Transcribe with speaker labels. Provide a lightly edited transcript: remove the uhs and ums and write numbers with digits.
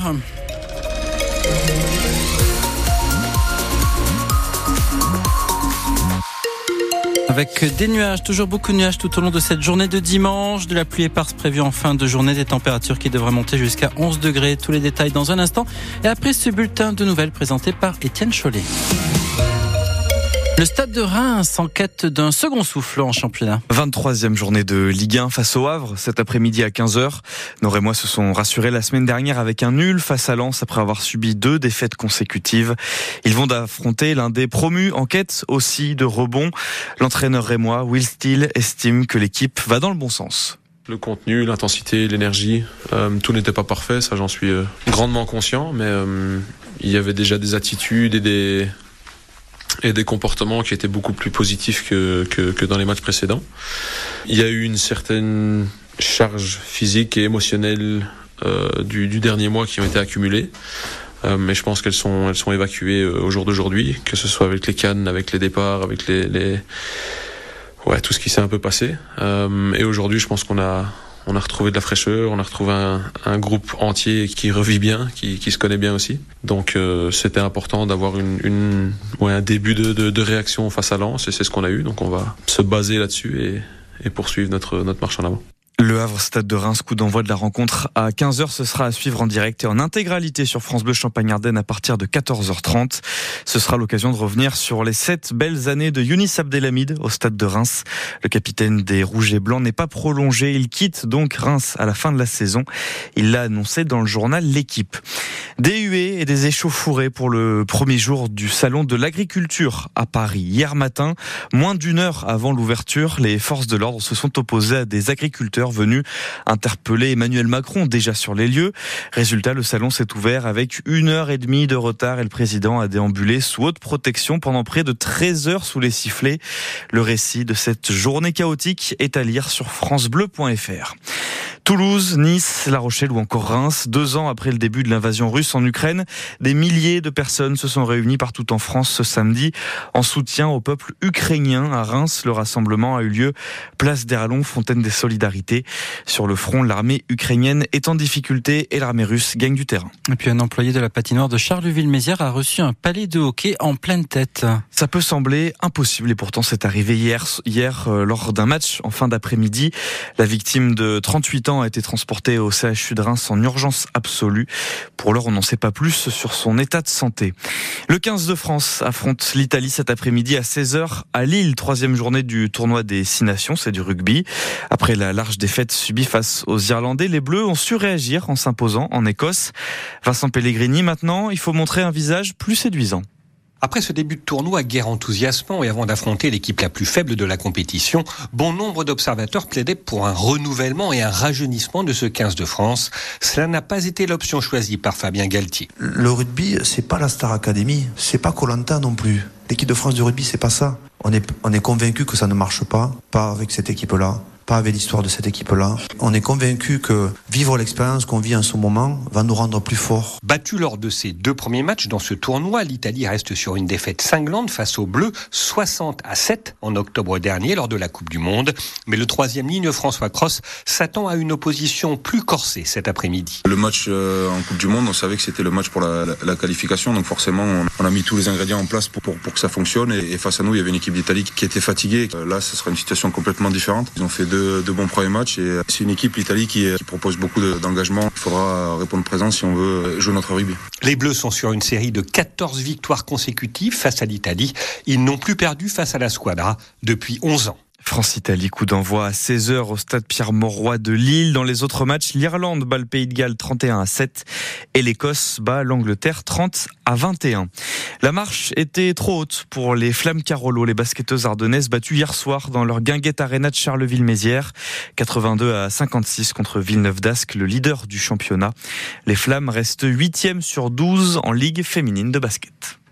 Speaker 1: 9h. Avec des nuages, toujours beaucoup de nuages tout au long de cette journée de dimanche. De la pluie éparse prévue en fin de journée, des températures qui devraient monter jusqu'à 11 degrés. Tous les détails dans un instant. Et après ce bulletin de nouvelles présenté par Étienne Chollet. Le Stade de Reims en quête d'un second souffle en championnat.
Speaker 2: 23e journée de Ligue 1 face au Havre, cet après-midi à 15h. Nos Rémois se sont rassurés la semaine dernière avec un nul face à Lens après avoir subi 2 défaites consécutives. Ils vont affronter l'un des promus en quête aussi de rebond. L'entraîneur rémois, Will Steele, estime que l'équipe va dans le bon sens.
Speaker 3: Le contenu, l'intensité, l'énergie, tout n'était pas parfait, ça j'en suis grandement conscient, mais il y avait déjà des attitudes et des comportements qui étaient beaucoup plus positifs que dans les matchs précédents. Il y a eu une certaine charge physique et émotionnelle du dernier mois qui ont été accumulées, mais je pense qu'elles sont évacuées au jour d'aujourd'hui, que ce soit avec les cannes, avec les départs, avec tout ce qui s'est un peu passé. Et aujourd'hui, je pense qu'on a retrouvé de la fraîcheur, on a retrouvé un groupe entier qui revit bien, qui se connaît bien aussi. Donc c'était important d'avoir un début de réaction face à Lens, et c'est ce qu'on a eu. Donc on va se baser là-dessus et poursuivre notre marche en avant.
Speaker 2: Le Havre, Stade de Reims, coup d'envoi de la rencontre à 15h. Ce sera à suivre en direct et en intégralité sur France Bleu Champagne-Ardenne à partir de 14h30. Ce sera l'occasion de revenir sur les 7 belles années de Younis Abdelhamid au Stade de Reims. Le capitaine des Rouges et Blancs n'est pas prolongé. Il quitte donc Reims à la fin de la saison. Il l'a annoncé dans le journal L'Équipe. Des huées et des échauffourées pour le premier jour du Salon de l'Agriculture à Paris. Hier matin, moins d'une heure avant l'ouverture, les forces de l'ordre se sont opposées à des agriculteurs venus interpeller Emmanuel Macron déjà sur les lieux. Résultat, le salon s'est ouvert avec 1h30 de retard et le président a déambulé sous haute protection pendant près de 13 heures sous les sifflets. Le récit de cette journée chaotique est à lire sur francebleu.fr. Toulouse, Nice, La Rochelle ou encore Reims, 2 ans après le début de l'invasion russe en Ukraine, des milliers de personnes se sont réunies partout en France ce samedi en soutien au peuple ukrainien. À Reims, le rassemblement a eu lieu place d'Erlon, fontaine des solidarités. Sur le front, l'armée ukrainienne est en difficulté et l'armée russe gagne du terrain.
Speaker 1: Et puis un employé de la patinoire de Charleville-Mézières a reçu un palais de hockey en pleine tête.
Speaker 2: Ça peut sembler impossible et pourtant c'est arrivé hier lors d'un match en fin d'après-midi. La victime de 38 ans a été transportée au CHU de Reims en urgence absolue. Pour l'heure, on n'en sait pas plus sur son état de santé. Le 15 de France affronte l'Italie cet après-midi à 16h à Lille, 3e journée du tournoi des 6 nations, c'est du rugby. Après la large défaite subie face aux Irlandais, les Bleus ont su réagir en s'imposant en Écosse. Vincent Pellegrini, maintenant, il faut montrer un visage plus séduisant.
Speaker 4: Après ce début de tournoi guère enthousiasmant et avant d'affronter l'équipe la plus faible de la compétition, bon nombre d'observateurs plaidaient pour un renouvellement et un rajeunissement de ce 15 de France. Cela n'a pas été l'option choisie par Fabien Galtier.
Speaker 5: Le rugby, c'est pas la Star Academy, c'est pas Koh-Lanta non plus. L'équipe de France du rugby, c'est pas ça. On est convaincu que ça ne marche pas avec cette équipe-là. Pas avec l'histoire de cette équipe-là. On est convaincu que vivre l'expérience qu'on vit en ce moment va nous rendre plus forts.
Speaker 4: Battu lors de ses 2 premiers matchs dans ce tournoi, l'Italie reste sur une défaite cinglante face aux Bleus, 60-7 en octobre dernier lors de la Coupe du Monde. Mais le 3e ligne, François Cros, s'attend à une opposition plus corsée cet après-midi.
Speaker 6: Le match en Coupe du Monde, on savait que c'était le match pour la qualification, donc forcément on a mis tous les ingrédients en place pour que ça fonctionne. Et face à nous, il y avait une équipe d'Italie qui était fatiguée. Là, ce sera une situation complètement différente. Ils ont fait de bons premiers matchs et c'est une équipe, l'Italie, qui propose beaucoup d'engagement. Il faudra répondre présent si on veut jouer notre rugby.
Speaker 4: Les Bleus sont sur une série de 14 victoires consécutives face à l'Italie. Ils n'ont plus perdu face à la Squadra depuis 11 ans.
Speaker 2: France-Italie, coup d'envoi à 16h au stade Pierre-Mauroy de Lille. Dans les autres matchs, l'Irlande bat le Pays de Galles 31-7 et l'Écosse bat l'Angleterre 30-21. La marche était trop haute pour les Flammes Carolo, les basketteuses ardennaises battues hier soir dans leur Guinguette Arena de Charleville-Mézières, 82-56 contre Villeneuve-d'Ascq, le leader du championnat. Les Flammes restent 8e sur 12 en Ligue féminine de basket.